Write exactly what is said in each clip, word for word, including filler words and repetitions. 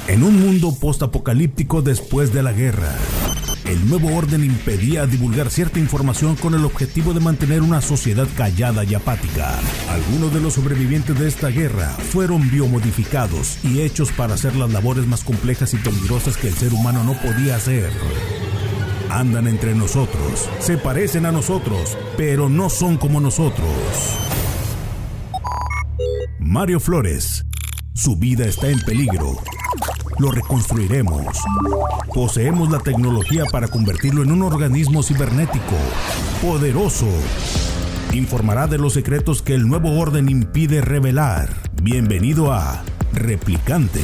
En un mundo postapocalíptico después de la guerra, el nuevo orden impedía divulgar cierta información con el objetivo de mantener una sociedad callada y apática. Algunos de los sobrevivientes de esta guerra fueron biomodificados y hechos para hacer las labores más complejas y peligrosas que el ser humano no podía hacer. Andan entre nosotros, se parecen a nosotros, pero no son como nosotros. Mario Flores, su vida está en peligro. Lo reconstruiremos. Poseemos la tecnología para convertirlo en un organismo cibernético, poderoso. Informará de los secretos que el nuevo orden impide revelar. Bienvenido a Replicante.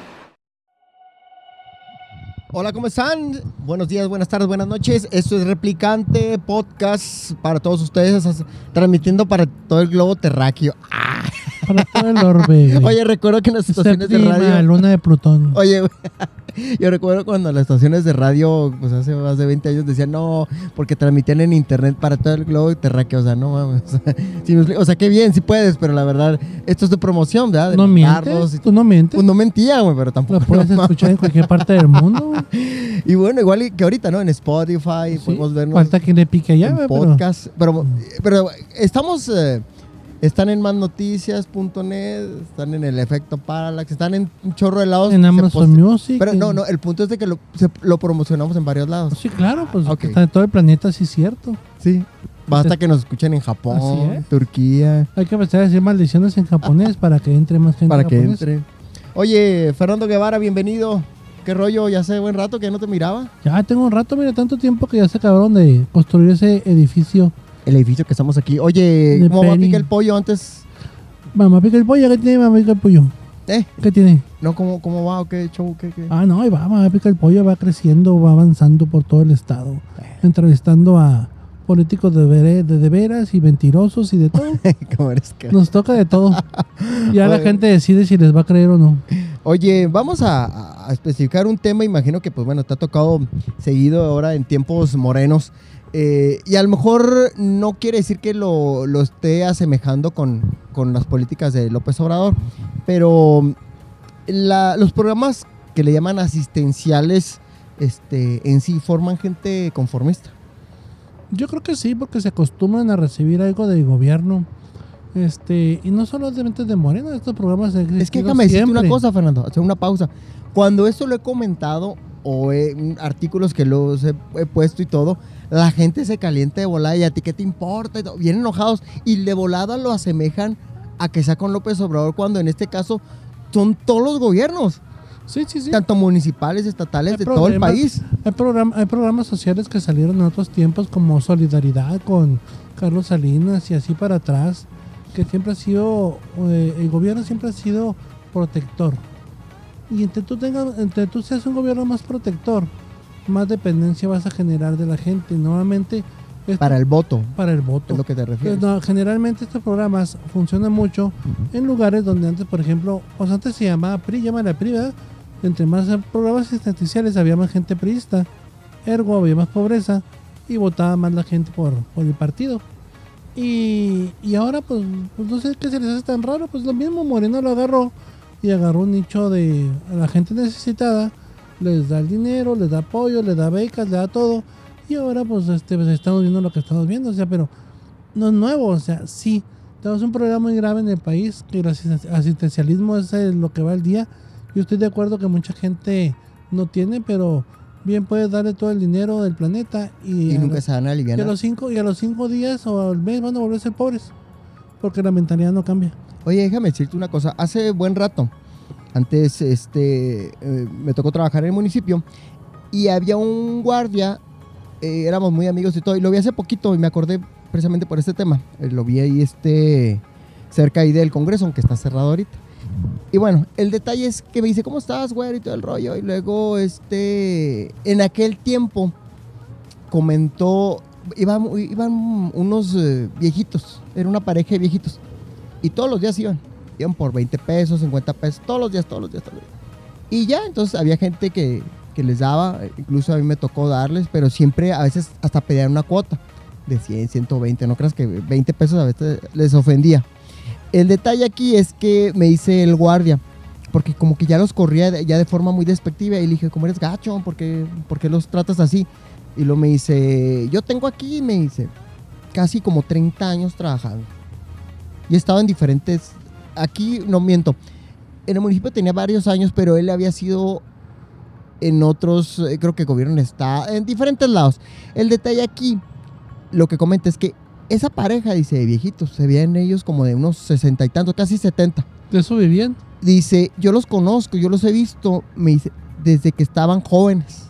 Hola, ¿cómo están? Buenos días, buenas tardes, buenas noches. Esto es Replicante Podcast para todos ustedes, transmitiendo para todo el globo terráqueo. ¡Ah! Para todo el orbe. Oye, recuerdo que en las estaciones Séptima, de radio... luna de Plutón. Oye, yo recuerdo cuando las estaciones de radio, pues hace más de veinte años, decían no, porque transmitían en internet para todo el globo terráqueo. O sea, no mames. O sea, si me explico, o sea, qué bien, si puedes, pero la verdad, esto es de promoción, ¿verdad? De ¿No mientes? y... ¿Tú no mientes? Pues no mentía, güey, pero tampoco... Lo puedes no, escuchar en cualquier parte del mundo, güey. Y bueno, igual que ahorita, ¿no? En Spotify, Sí, podemos vernos... falta quien le pique allá, en güey, podcast, pero... pero, pero estamos... Eh, están en más noticias punto net, están en el Efecto Parallax, están en un chorro de lados. En Amazon Music. Pero en... no, no, el punto es de que lo, se, lo promocionamos en varios lados. Sí, claro, pues Okay. está en todo el planeta, sí es cierto. Sí. Basta que nos escuchen en Japón, Así es. Turquía. Hay que empezar a decir maldiciones en japonés para que entre más gente. Para que japonés. entre. Oye, Fernando Guevara, bienvenido. ¿Qué rollo? Ya hace buen rato que no te miraba. Ya tengo un rato, mira, tanto tiempo que ya se acabaron de construir ese edificio. El edificio que estamos aquí. Oye, De ¿cómo va a Peri. picar el pollo antes? Mamá pica el pollo, ¿qué tiene mamá pica el pollo? ¿Eh? ¿Qué tiene? No, ¿cómo, cómo va o qué show? ¿Qué, qué? Ah, no, ahí va, mamá pica el pollo, va creciendo, va avanzando por todo el estado, entrevistando a políticos de, vere- de, de veras y mentirosos y de todo. ¿Cómo eres que? Nos toca de todo. Ya la Oye. gente decide si les va a creer o no. Oye, vamos a, a especificar un tema, imagino que pues bueno, te ha tocado seguido ahora en tiempos morenos, eh, y a lo mejor no quiere decir que lo, lo esté asemejando con, con las políticas de López Obrador, pero la, los programas que le llaman asistenciales este, en sí forman gente conformista. Yo creo que sí, porque se acostumbran a recibir algo del gobierno. Este, y no solamente de Morena, estos programas han Es que existido déjame decirte siempre. una cosa, Fernando, hacer una pausa. Cuando esto lo he comentado o en artículos que los he, he puesto y todo, la gente se calienta de volada y a ti qué te importa, y todo, vienen enojados y de volada lo asemejan a que sea con López Obrador, cuando en este caso son todos los gobiernos, Sí, sí, sí. tanto municipales, estatales, Hay de todo el problemas- país. Hay, program- hay programas sociales que salieron en otros tiempos, como Solidaridad con Carlos Salinas y así para atrás, que siempre ha sido, eh, el gobierno siempre ha sido protector. Y entre tú, tengas, entre tú seas un gobierno más protector, más dependencia vas a generar de la gente. Normalmente es Para el voto, para el voto. es lo que te refieres. Pues no, generalmente estos programas funcionan mucho en lugares donde antes, por ejemplo, o sea, antes se llamaba P R I, llámala P R I, ¿verdad? Entre más programas asistenciales había más gente priista, ergo había más pobreza y votaba más la gente por, por el partido. Y, y ahora pues, pues no sé qué se les hace tan raro, pues lo mismo Moreno lo agarró y agarró un nicho de a la gente necesitada, les da el dinero, les da apoyo, les da becas, les da todo. Y ahora pues este pues, estamos viendo lo que estamos viendo, o sea, pero no es nuevo, o sea, sí, tenemos un problema muy grave en el país, que el asisten- asistencialismo es eh, lo que va al día. Yo estoy de acuerdo que mucha gente no tiene, pero bien puedes darle todo el dinero del planeta y, Y a nunca los- se van a y aliviar. a los cinco y a los cinco días o al mes van a volver a ser pobres, porque la mentalidad no cambia. Oye, déjame decirte una cosa. Hace buen rato, antes este, eh, me tocó trabajar en el municipio y había un guardia, eh, éramos muy amigos y todo, y lo vi hace poquito y me acordé precisamente por este tema. Eh, lo vi ahí este, cerca ahí del Congreso, aunque está cerrado ahorita. Y bueno, el detalle es que me dice, ¿cómo estás, güey? Y todo el rollo. Y luego, este, en aquel tiempo comentó, iban, iban unos eh, viejitos, era una pareja de viejitos. Y todos los días iban, iban por veinte pesos, cincuenta pesos, todos los días, todos los días, todos los días. Y ya, entonces había gente que, que les daba, incluso a mí me tocó darles, pero siempre a veces hasta pedían una cuota de cien, ciento veinte, no creas que veinte pesos a veces les ofendía. El detalle aquí es que me dice el guardia, porque como que ya los corría de, ya de forma muy despectiva, y le dije, ¿cómo eres gacho? ¿Por qué, por qué los tratas así? Y luego me dice, yo tengo aquí, me dice, casi como treinta años trabajando. Y he estado en diferentes, aquí no miento, en el municipio tenía varios años, pero él había sido en otros, eh, creo que gobierno está, en diferentes lados. El detalle aquí, lo que comenta es que esa pareja, dice, de viejitos, se veían ellos como de unos sesenta y tantos, casi setenta. ¿De eso vivían? Dice, yo los conozco, yo los he visto, me dice, desde que estaban jóvenes.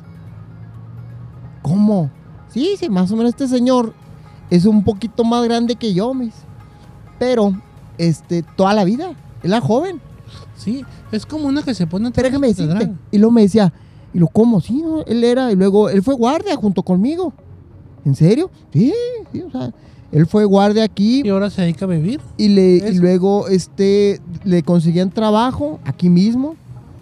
¿Cómo? Sí, sí, más o menos este señor es un poquito más grande que yo, me dice. Pero, este, toda la vida, es la joven. Sí, es como una que se pone... Pero déjame decirte. Y luego me decía, ¿y lo cómo? Sí, ¿no? Él era, y luego, él fue guardia junto conmigo. ¿En serio? Sí, sí, o sea, él fue guardia aquí. Y ahora se dedica a vivir. Y, le, y luego, este, le conseguían trabajo aquí mismo.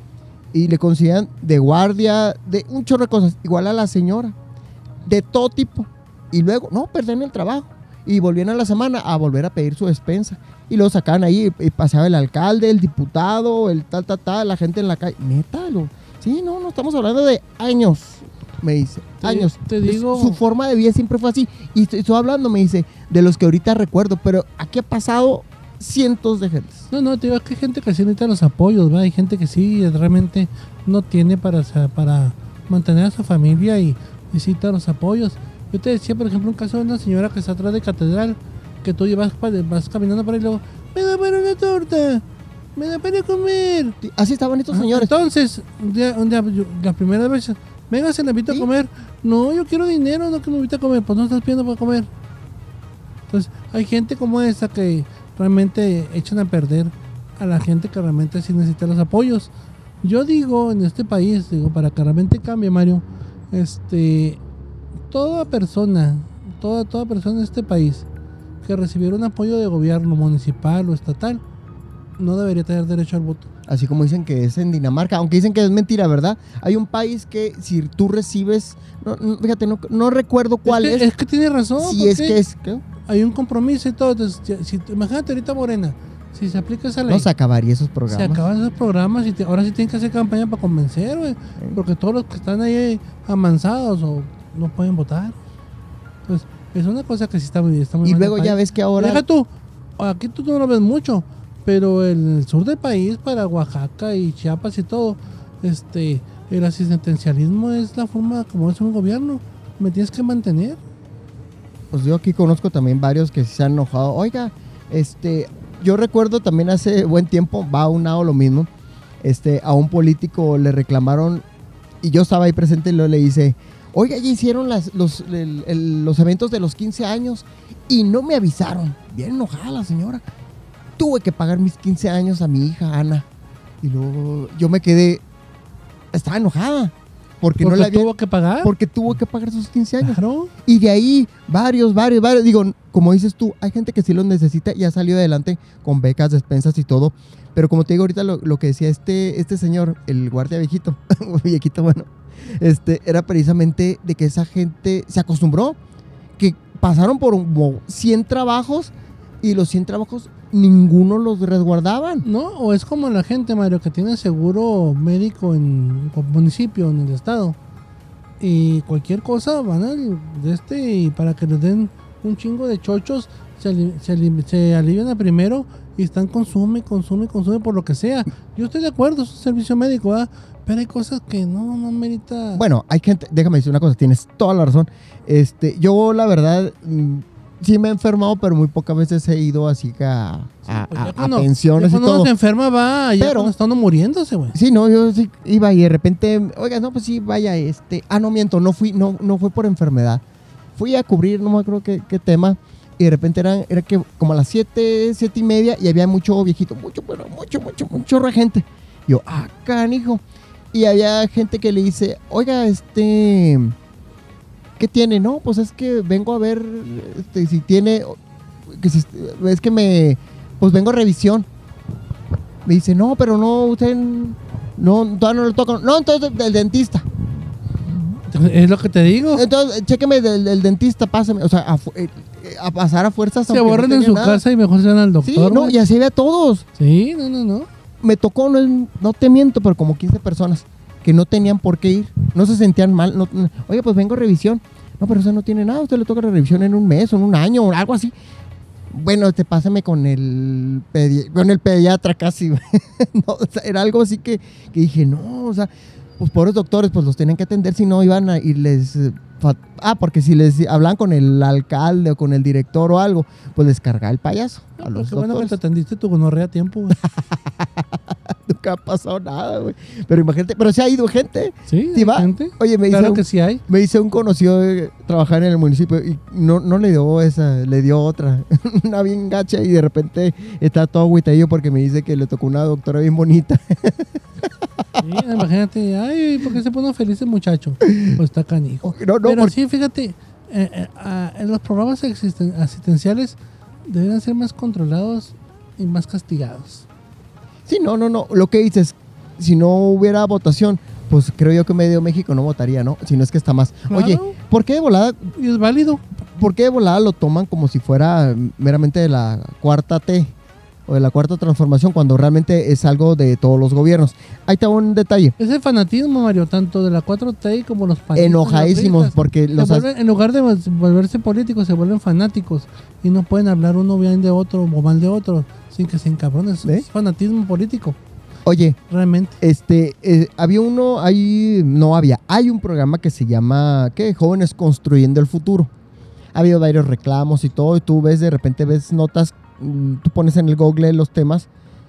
Y le conseguían de guardia, de un chorro de cosas. Igual a la señora. De todo tipo. Y luego, no, perdieron el trabajo. Y volvían a la semana a volver a pedir su despensa. Y lo sacaban ahí, y pasaba el alcalde, el diputado, el tal, tal, tal, la gente en la calle. Neta, lo, sí, no, no estamos hablando de años, me dice, te, años. Te digo... Su forma de vida siempre fue así. Y estoy, estoy hablando, me dice, de los que ahorita recuerdo, pero aquí ha pasado cientos de gente. No, no, te digo, es que hay gente que sí necesita los apoyos, ¿verdad? Hay gente que sí realmente no tiene para, para mantener a su familia y necesita los apoyos. Yo te decía, por ejemplo, un caso de una señora que está atrás de catedral, que tú vas, vas caminando por ahí y luego, me da para una torta, me da para comer. Sí, así estaban estos Ah, señores. Entonces, un día, un día, yo, la primera vez, venga, se le invito ¿Sí? a comer. No, yo quiero dinero, no que me invite a comer. Pues no estás pidiendo para comer. Entonces, hay gente como esa que realmente echan a perder a la gente que realmente sí necesita los apoyos. Yo digo, en este país, digo, para que realmente cambie, Mario, este, toda persona, toda, toda persona en este país que recibiera un apoyo de gobierno municipal o estatal, no debería tener derecho al voto. Así como dicen que es en Dinamarca, aunque dicen que es mentira, ¿verdad? Hay un país que si tú recibes, no, no, fíjate, no, no recuerdo cuál es. Es, que, es. es que tiene razón. Si es que es, ¿qué? Hay un compromiso y todo. Entonces, si, imagínate ahorita Morena, si se aplica esa ley. No se acabaría esos programas. Se acaban esos programas y te, ahora sí tienen que hacer campaña para convencer, güey. Sí. Porque todos los que están ahí amansados o no pueden votar. Entonces, es una cosa que sí está muy, está muy y mal. Y luego ya ves que ahora... Deja tú, aquí tú no lo ves mucho, pero en el sur del país, para Oaxaca y Chiapas y todo, este, el asistencialismo es la forma como es un gobierno. Me tienes que mantener. Pues yo aquí conozco también varios que se han enojado. Oiga, este, yo recuerdo también hace buen tiempo, va a un lado lo mismo, este, a un político le reclamaron, y yo estaba ahí presente y luego le dice, oiga, ya hicieron las, los, el, el, los eventos de los quince años y no me avisaron. Bien enojada la señora. Tuve que pagar mis quince años a mi hija Ana. Y luego yo me quedé, estaba enojada. Porque, porque no le había, tuvo que pagar. Porque tuvo que pagar sus quince años. Claro. Y de ahí, varios, varios, varios. Digo, como dices tú, hay gente que sí los necesita y ha salido adelante con becas, despensas y todo. Pero como te digo ahorita, lo, lo que decía este, este señor, el guardia viejito, viejito, bueno, este, era precisamente de que esa gente se acostumbró, que pasaron por como cien trabajos y los cien trabajos ninguno los resguardaban. No, o es como la gente, Mario, que tiene seguro médico en el municipio, en el estado, y cualquier cosa van al de este y para que les den un chingo de chochos, se, se, se alivian a primero y están consume, consume, consume por lo que sea. Yo estoy de acuerdo, es un servicio médico, ¿verdad? Pero hay cosas que no, no merita. Bueno, hay gente, déjame decir una cosa, tienes toda la razón. Este, yo la verdad sí me he enfermado, pero muy pocas veces he ido así a, a, sí, pues a, cuando, a pensiones y todo. Cuando se enferma va, allá pero cuando está uno muriéndose, güey. Sí, no, yo sí iba y de repente, oiga, no, pues sí, vaya, este, ah, no miento, no fui, no, no fue por enfermedad. Fui a cubrir, no me acuerdo qué, qué tema, y de repente eran, era que como a las siete, siete y media, y había mucho viejito, mucho, bueno, mucho, mucho, mucho gente. Yo, ah, canijo. Y había gente que le dice, oiga, este, ¿qué tiene? No, pues es que vengo a ver este, si tiene, que si, es que me, pues vengo a revisión. Me dice, no, pero no, usted, no, todavía no le toca. No, entonces del dentista. Es lo que te digo. Entonces, chéqueme del, del dentista, pásame, o sea, a, a pasar a fuerzas. Se aborren no en su nada. Casa y mejor se van al doctor. Sí, no, y así ve a todos. Sí, no, no, no. me tocó, no, no te miento, pero como quince personas que no tenían por qué ir, no se sentían mal. No, no, oye, pues vengo a revisión. No, pero usted no tiene nada, usted le toca la revisión en un mes o en un año o algo así. Bueno, este, pásame con el, pedi- con el pediatra casi. No, o sea, era algo así que, que dije, no, o sea, pues pobres doctores, pues los tenían que atender, si no iban a irles... Ah, porque si les hablan con el alcalde o con el director o algo, pues les carga el payaso a No, los qué bueno que doctores. te atendiste tu gonorrea a tiempo, güey. Nunca ha pasado nada, güey. Pero imagínate, pero sí ha ido gente. Sí, Sí hay va. gente. Oye, me dice, Claro un, que sí hay. me dice un conocido de trabajar en el municipio y no, no le dio esa, le dio otra. Una bien gacha y de repente está todo agüitadillo porque me dice que le tocó una doctora bien bonita. Sí, imagínate, ay, ¿por qué se pone feliz el muchacho? Pues está canijo. No, no, Pero porque- sí, fíjate, eh, eh, ah, en los programas existen, asistenciales deberían ser más controlados y más castigados. Sí, no, no, no. Lo que dices, si no hubiera votación, pues creo yo que medio México no votaría, ¿no? Si no es que está más. Claro. Oye, ¿por qué de volada, Y es válido. por qué de volada lo toman como si fuera meramente de la cuarta T o de la cuarta transformación cuando realmente es algo de todos los gobiernos? Ahí está un detalle. Es el fanatismo, Mario, tanto de la cuatro T como los panistas. Enojadísimos los porque Se los... vuelven- en lugar de vol- volverse políticos, se vuelven fanáticos y no pueden hablar uno bien de otro o mal de otro sin que se encabronen. Es, ¿Ve? es fanatismo político, Oye, realmente. este, eh, había uno, hay, no había, hay un programa que se llama, ¿qué? Jóvenes Construyendo el Futuro. Ha habido varios reclamos y todo, y tú ves, de repente ves notas, mm, tú pones en el Google los temas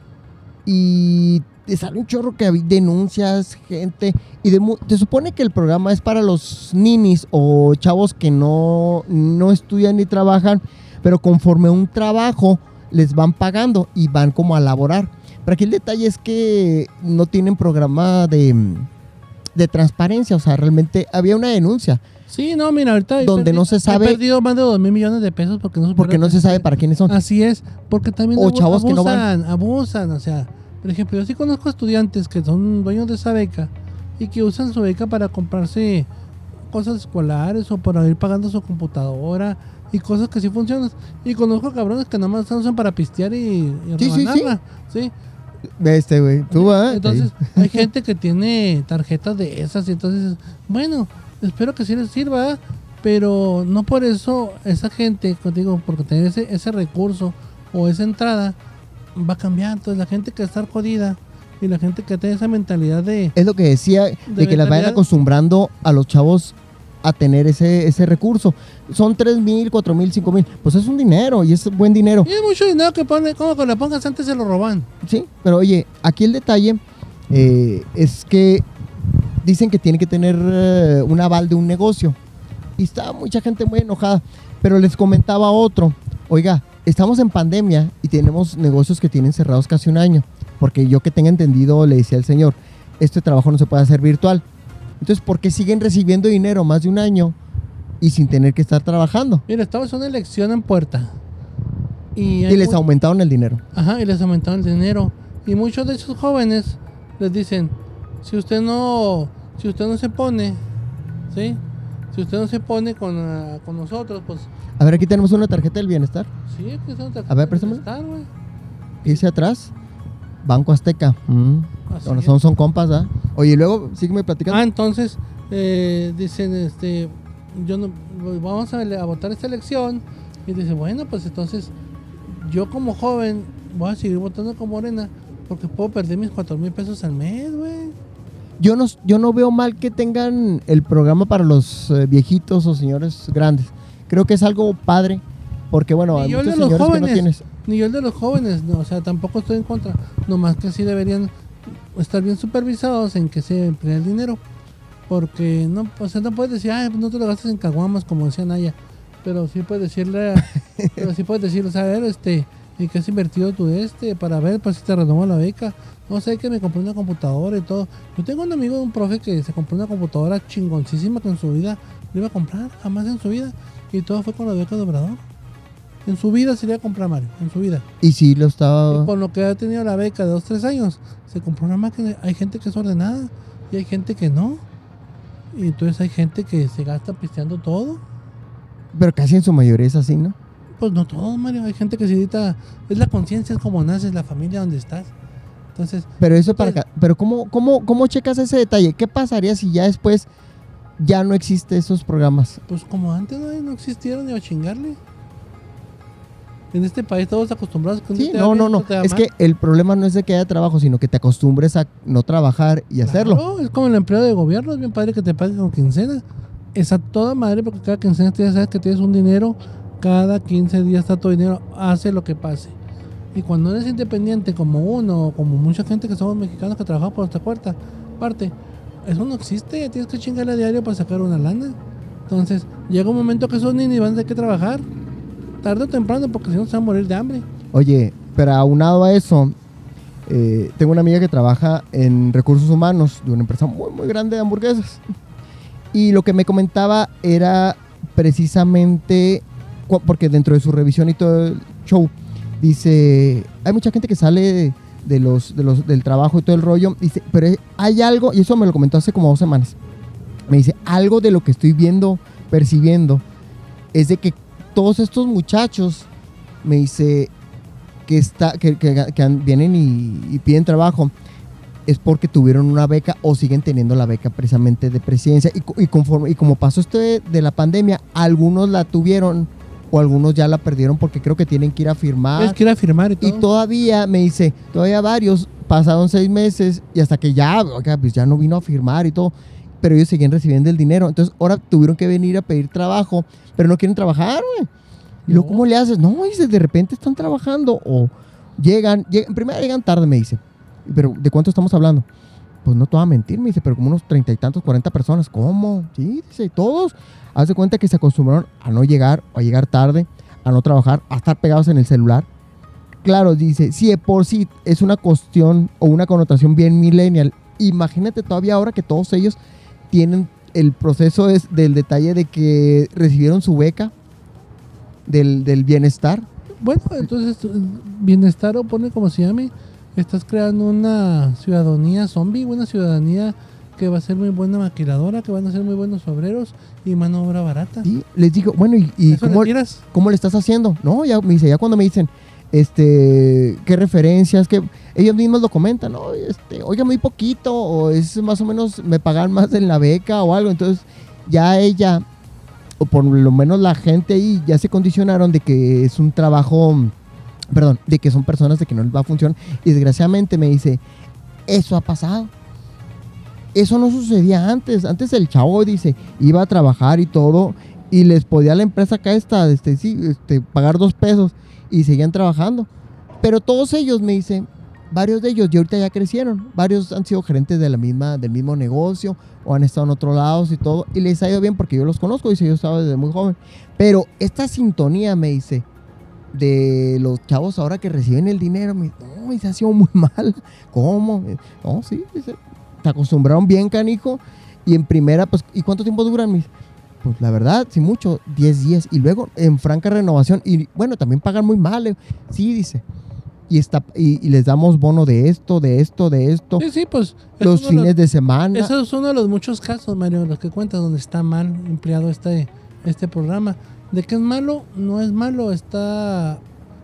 y te sale un chorro que hay denuncias, gente, y de mu- te supone que el programa es para los ninis o chavos que no, no estudian ni trabajan, pero conforme a un trabajo les van pagando y van como a laborar. Pero aquí el detalle es que no tienen programa de, de transparencia, o sea, realmente había una denuncia, Sí, no, mira, ahorita he Donde no se sabe- he perdido más de dos mil millones de pesos porque no se porque no se sabe para quiénes son. Así es, porque también O abu- chavos que no van. abusan, abusan, o sea, por ejemplo, yo sí conozco estudiantes que son dueños de esa beca y que usan su beca para comprarse cosas escolares o para ir pagando su computadora y cosas que sí funcionan. Y conozco cabrones que nada más la usan para pistear y, y Sí, sí, sí. rebanarla, ¿sí? Este, güey, tú vas. Entonces, hay gente que tiene tarjetas de esas y entonces, bueno, espero que sí les sirva, pero no por eso esa gente, digo, porque tener ese, ese recurso o esa entrada va a cambiar. Entonces, la gente que está jodida y la gente que tiene esa mentalidad de... Es lo que decía, de, De que las vayan mentalidad. acostumbrando a los chavos a tener ese, ese recurso. Son tres mil, cuatro mil, cinco mil. Pues es un dinero y es buen dinero. Y es mucho dinero que pone, como que le pongas antes se lo roban. Sí, pero oye, aquí el detalle eh, es que dicen que tiene que tener eh, un aval de un negocio. Y está mucha gente muy enojada. Pero les comentaba otro. Oiga, estamos en pandemia y tenemos negocios que tienen cerrados casi un año. Porque yo que tenga entendido, le decía el señor, este trabajo no se puede hacer virtual. Entonces, ¿por qué siguen recibiendo dinero más de un año y sin tener que estar trabajando? Mira, estamos en una elección en puerta. Y, hay Y les mu- aumentaron el dinero. Ajá, y les aumentaron el dinero. Y muchos de esos jóvenes les dicen, si usted no, si usted no se pone, ¿sí? Si usted no se pone con, ah, con nosotros, pues A ver, aquí tenemos una tarjeta del bienestar. sí, que son A ver, préstamela. estar, güey. ¿Qué dice atrás? Banco Azteca. Mm. Así Bueno, es. son, son compas, ¿ah? Oye, y luego, sígueme platicando. Ah, entonces eh, dicen, este, yo no, vamos a, ele- a votar esta elección. Y dice, bueno, pues entonces yo como joven voy a seguir votando con Morena porque puedo perder mis cuatro mil pesos al mes, güey. Yo no, yo no veo mal que tengan el programa para los eh, viejitos o señores grandes. Creo que es algo padre, porque bueno, Ni hay yo el muchos de los señores que no jóvenes. tienes. Ni yo el de los jóvenes, no, o sea, tampoco estoy en contra. Nomás que sí deberían estar bien supervisados en que se emplee el dinero. Porque no, o sea, no puedes decir, ay, pues no te lo gastes en caguamas, como decía Naya. Pero sí puedes decirle, a- pero sí puedes decirle, o sea, a ver, este, ¿y qué has invertido tú este? Para ver, pues si te renovó la beca. No sé, que me compré una computadora y todo. Yo tengo un amigo, un profe, que se compró una computadora chingoncísima que en su vida le iba a comprar, jamás en su vida. Y todo fue con la beca de Obrador. En su vida se le iba a comprar, Mario, en su vida. Y sí, lo Y estaba... con lo que ha tenido la beca de dos, tres años, se compró una máquina. Hay gente que es ordenada y hay gente que no. Y entonces hay gente que se gasta pisteando todo. Pero casi en su mayoría es así, ¿no? Pues no todo, Mario. Hay gente que se edita. Es la conciencia, es como naces, la familia donde estás. Entonces, Pero eso para entonces, acá. Pero ¿cómo, cómo, ¿cómo checas ese detalle? ¿Qué pasaría si ya después ya no existen esos programas? pues como antes no, no existieron ni a chingarle. En este país todos acostumbrados que un Sí, día te va no, bien, no, otro no. te va Es mal. que el problema no es de que haya trabajo, sino que te acostumbres a no trabajar y hacerlo. Claro, es como el empleo de gobierno, es bien padre que te paguen con quincena. Es a toda madre porque cada quincena tú ya sabes que tienes un dinero, cada quince días está tu dinero, hace lo que pase. Y cuando eres independiente como uno, o como mucha gente que somos mexicanos que trabajamos por nuestra cuarta parte, eso no existe, tienes que chingarle a diario para sacar una lana. Entonces, llega un momento que esos niños van a tener que trabajar, tarde o temprano, porque si no se van a morir de hambre. Oye, pero aunado a eso, eh, tengo una amiga que trabaja en recursos humanos de una empresa muy, muy grande de hamburguesas. Y lo que me comentaba era precisamente, cu- porque dentro de su revisión y todo el show, dice, hay mucha gente que sale de, de los, de los, del trabajo y todo el rollo, dice, pero hay algo, y eso me lo comentó hace como dos semanas, me dice, algo de lo que estoy viendo, percibiendo, es de que todos estos muchachos, me dice, que, está, que, que, que han- vienen y, y piden trabajo, es porque tuvieron una beca o siguen teniendo la beca precisamente de presidencia. Y, co- y, conforme, y como pasó esto de, de la pandemia, algunos la tuvieron o algunos ya la perdieron porque creo que tienen que ir a firmar. Tienes que ir a firmar y todo. Y todavía, me dice, todavía varios, pasaron seis meses y hasta que ya, oiga, pues ya no vino a firmar y todo, pero ellos seguían recibiendo el dinero. Entonces ahora tuvieron que venir a pedir trabajo, pero no quieren trabajar, güey. Y luego, No. ¿cómo le haces? No, dice, de repente están trabajando o llegan, llegan primero llegan tarde, me dice. Pero, ¿de cuánto estamos hablando? Pues no te voy a mentir, me dice, pero como unos treinta y tantos, cuarenta personas. ¿Cómo? Sí, dice, todos. Haz de cuenta que se acostumbraron a no llegar, o a llegar tarde, a no trabajar, a estar pegados en el celular. Claro, dice, si de por sí es una cuestión o una connotación bien millennial, imagínate todavía ahora que todos ellos tienen el proceso es del detalle de que recibieron su beca del, del bienestar. Bueno, entonces, bienestar o pone como se llame, estás creando una ciudadanía zombie, una ciudadanía que va a ser muy buena maquiladora, que van a ser muy buenos obreros y mano de obra barata. Y les digo, bueno, ¿y, y ¿Eso cómo, le tiras? cómo le estás haciendo? No, ya me dice, ya cuando me dicen, este, qué referencias, que ellos mismos lo comentan, no, este, oiga, muy poquito, o es más o menos, me pagan más en la beca o algo, entonces ya ella, o por lo menos la gente ahí, ya se condicionaron de que es un trabajo, perdón, de que son personas de que no les va a funcionar, y desgraciadamente me dice, eso ha pasado. Eso no sucedía antes. Antes el chavo, dice, iba a trabajar y todo, y les podía la empresa acá esta, este, sí, este, pagar dos pesos, y seguían trabajando. Pero todos ellos, me dice, varios de ellos ya ahorita ya crecieron. Varios han sido gerentes de la misma, del mismo negocio, o han estado en otros lados y todo, y les ha ido bien porque yo los conozco, dice, yo estaba desde muy joven. Pero esta sintonía, me dice, de los chavos ahora que reciben el dinero, me dice, no, me dice, ha sido muy mal. ¿Cómo? No, sí, dice, te acostumbraron bien, canijo, y en primera, pues, ¿y cuánto tiempo duran mis? Pues la verdad, sí mucho, diez días, y luego en franca renovación, y bueno, también pagan muy mal, eh. Sí, dice, y, está, y, y les damos bono de esto, de esto, de esto, Sí, sí, pues. es los uno de fines de semana. Eso es uno de los muchos casos, Mario, los que cuentas donde está mal empleado este, este programa. De que es malo, no es malo, está ah,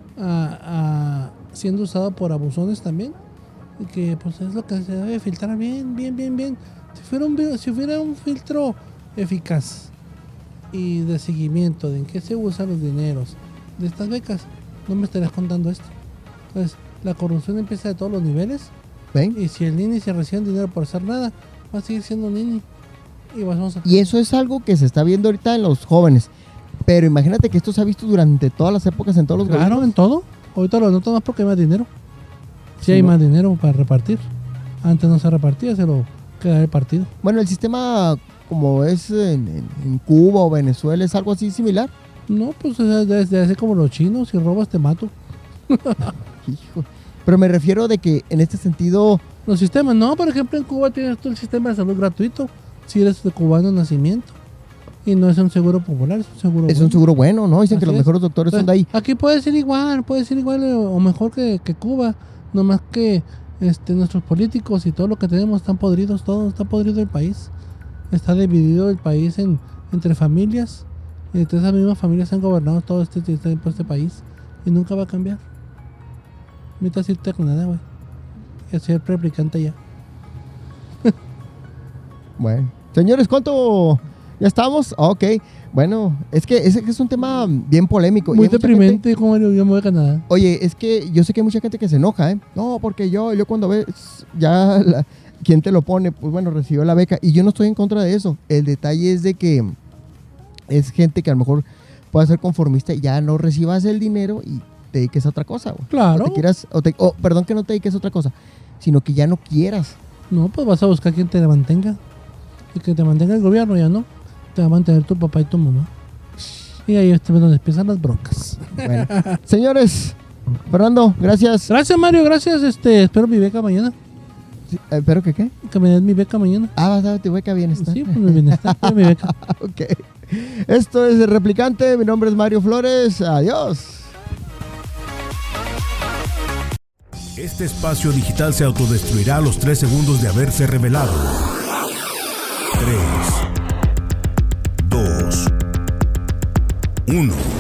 ah, siendo usado por abusones también. Y que pues es lo que se debe filtrar bien, bien, bien, bien. Si fuera un, vi- si hubiera un filtro eficaz y de seguimiento de en qué se usan los dineros de estas becas, no me estarías contando esto. Entonces, la corrupción empieza de todos los niveles. ¿Ven? Y si el nini se recibe dinero por hacer nada, va a seguir siendo nini. Y vamos a... Y eso es algo que se está viendo ahorita en los jóvenes. Pero imagínate que esto se ha visto durante todas las épocas, en todos los Claro, gobiernos. en todo. Ahorita lo noto más porque hay más dinero. Si Sí, hay ¿no? más dinero para repartir. Antes no se repartía, se lo quedaba el partido. Bueno, el sistema como es en, en- en Cuba o Venezuela es algo así similar. No, pues es desde hace como los chinos, si robas te mato. Hijo. Pero me refiero de que en este sentido, Los sistemas, no, por ejemplo en Cuba tienes todo el sistema de salud gratuito. Si eres de cubano de nacimiento. Y no es un seguro popular, es un seguro es bueno. un seguro bueno, ¿no? Dicen que Así los es. mejores doctores son de ahí. Aquí puede ser igual, puede ser igual eh, o mejor que, que Cuba, nomás que este, nuestros políticos y todo lo que tenemos están podridos, todo está podrido el país, está dividido el país en, entre familias, y entre esas mismas familias han gobernado todo este, este, este país y nunca va a cambiar. No necesitas irte con nada, güey. ser replicante ya. Bueno, señores, ¿cuánto ya estamos? Ah, ok, bueno, es que ese es un tema bien polémico. Muy y hay mucha deprimente, gente- como yo, yo me voy a Canadá. Oye, es que yo sé que hay mucha gente que se enoja, ¿eh? No, porque yo, yo cuando ves ya la- quién te lo pone, pues bueno, recibió la beca. Y yo no estoy en contra de eso. El detalle es de que es gente que a lo mejor puede ser conformista y ya no recibas el dinero y te dediques a otra cosa, güey. Claro. O te quieras, o te- o, perdón que no te dediques a otra cosa, sino que ya no quieras. No, pues vas a buscar quien te mantenga. Y que te mantenga el gobierno, ya no. Te va a mantener tu papá y tu mamá. Y ahí es donde empiezan las broncas. Bueno, señores, Fernando, gracias. Gracias, Mario, gracias. Este, espero mi beca mañana. Sí, eh, ¿Pero que qué? Que me den mi beca mañana. Ah, vas a ver tu beca bienestar. Sí, pues mi bienestar, pues, mi beca. Ok. Esto es El Replicante. Mi nombre es Mario Flores. Adiós. Este espacio digital se autodestruirá a los tres segundos de haberse revelado. tres, dos, uno.